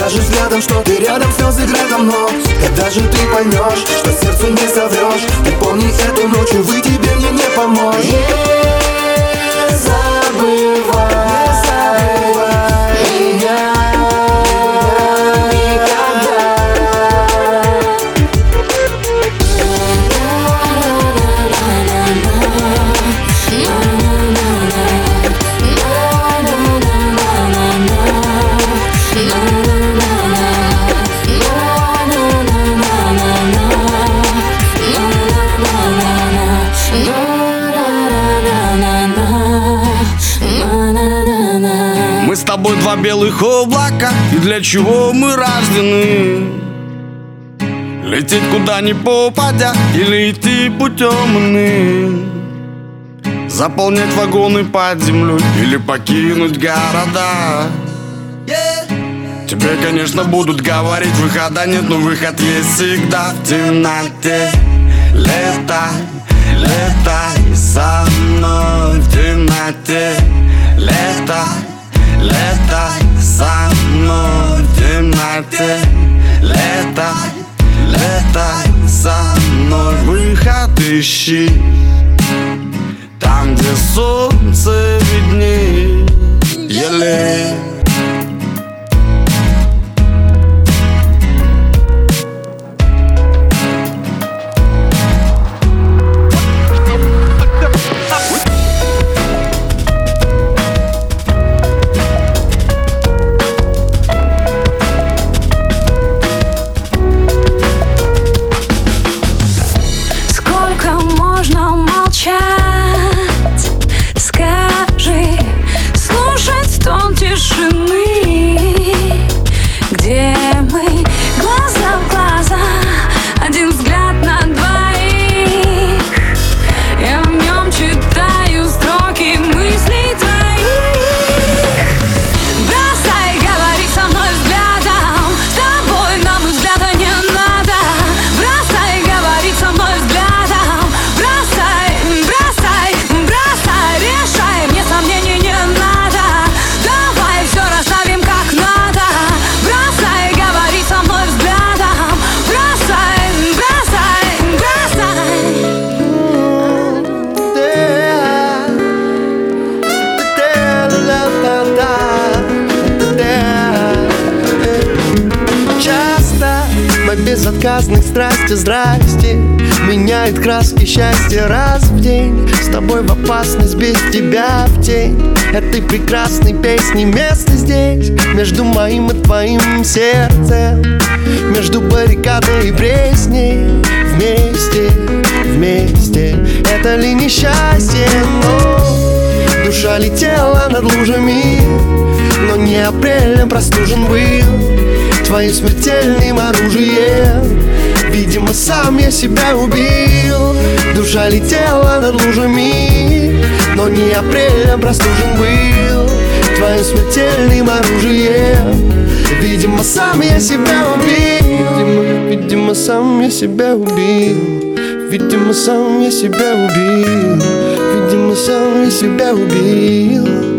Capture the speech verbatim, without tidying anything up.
Скажи взглядом, что ты рядом, слезы градом, но когда же ты поймешь, что сердцу не соврешь? Ты помни эту ночь, увы, тебе мне не помочь. Не забывай, не забывай меня никогда. Мы с тобой два белых облака, и для чего мы рождены? Лететь куда ни попадя, или идти путем иным? Заполнять вагоны под землей, или покинуть города? Тебе, конечно, будут говорить, выхода нет, но выход есть всегда в темноте. Летай, летай со мной в темноте. Летай, летай со мной в темноте. Летай, летай со мной. Выход ищи там, где солнце виднее. Еле. Скажи, слушать тон тишины, где мы глаза в глаза, один взгляд на двоих. Я в нем читаю строки мыслей твоих. Бросай, говори со мной взглядом, с тобой нам и взгляда не надо. Бросай, говори со мной взглядом, бросай, бросай, бросай, решай, мне сомнений не надо. Давай все расставим как надо. Бросай, говори со мной взглядом, бросай, бросай, бросай. Часто мой безотказных страсти, здрасте меняет краски счастья раз в день. С тобой в опасность, без тебя в тень этой прекрасной песни место здесь, между моим и твоим сердцем, между баррикадой и пресней. Вместе, вместе, это ли не счастье? Но душа летела над лужами, но не апрелем простужен был твоим смертельным оружием. Видимо, сам я себя убил. Душа летела над лужами, но не апрелем простужен был твоим смертельным оружием. Видимо, сам я себя убил. Видимо, видимо, сам я себя убил. Видимо, сам я себя убил. Видимо, сам я себя убил.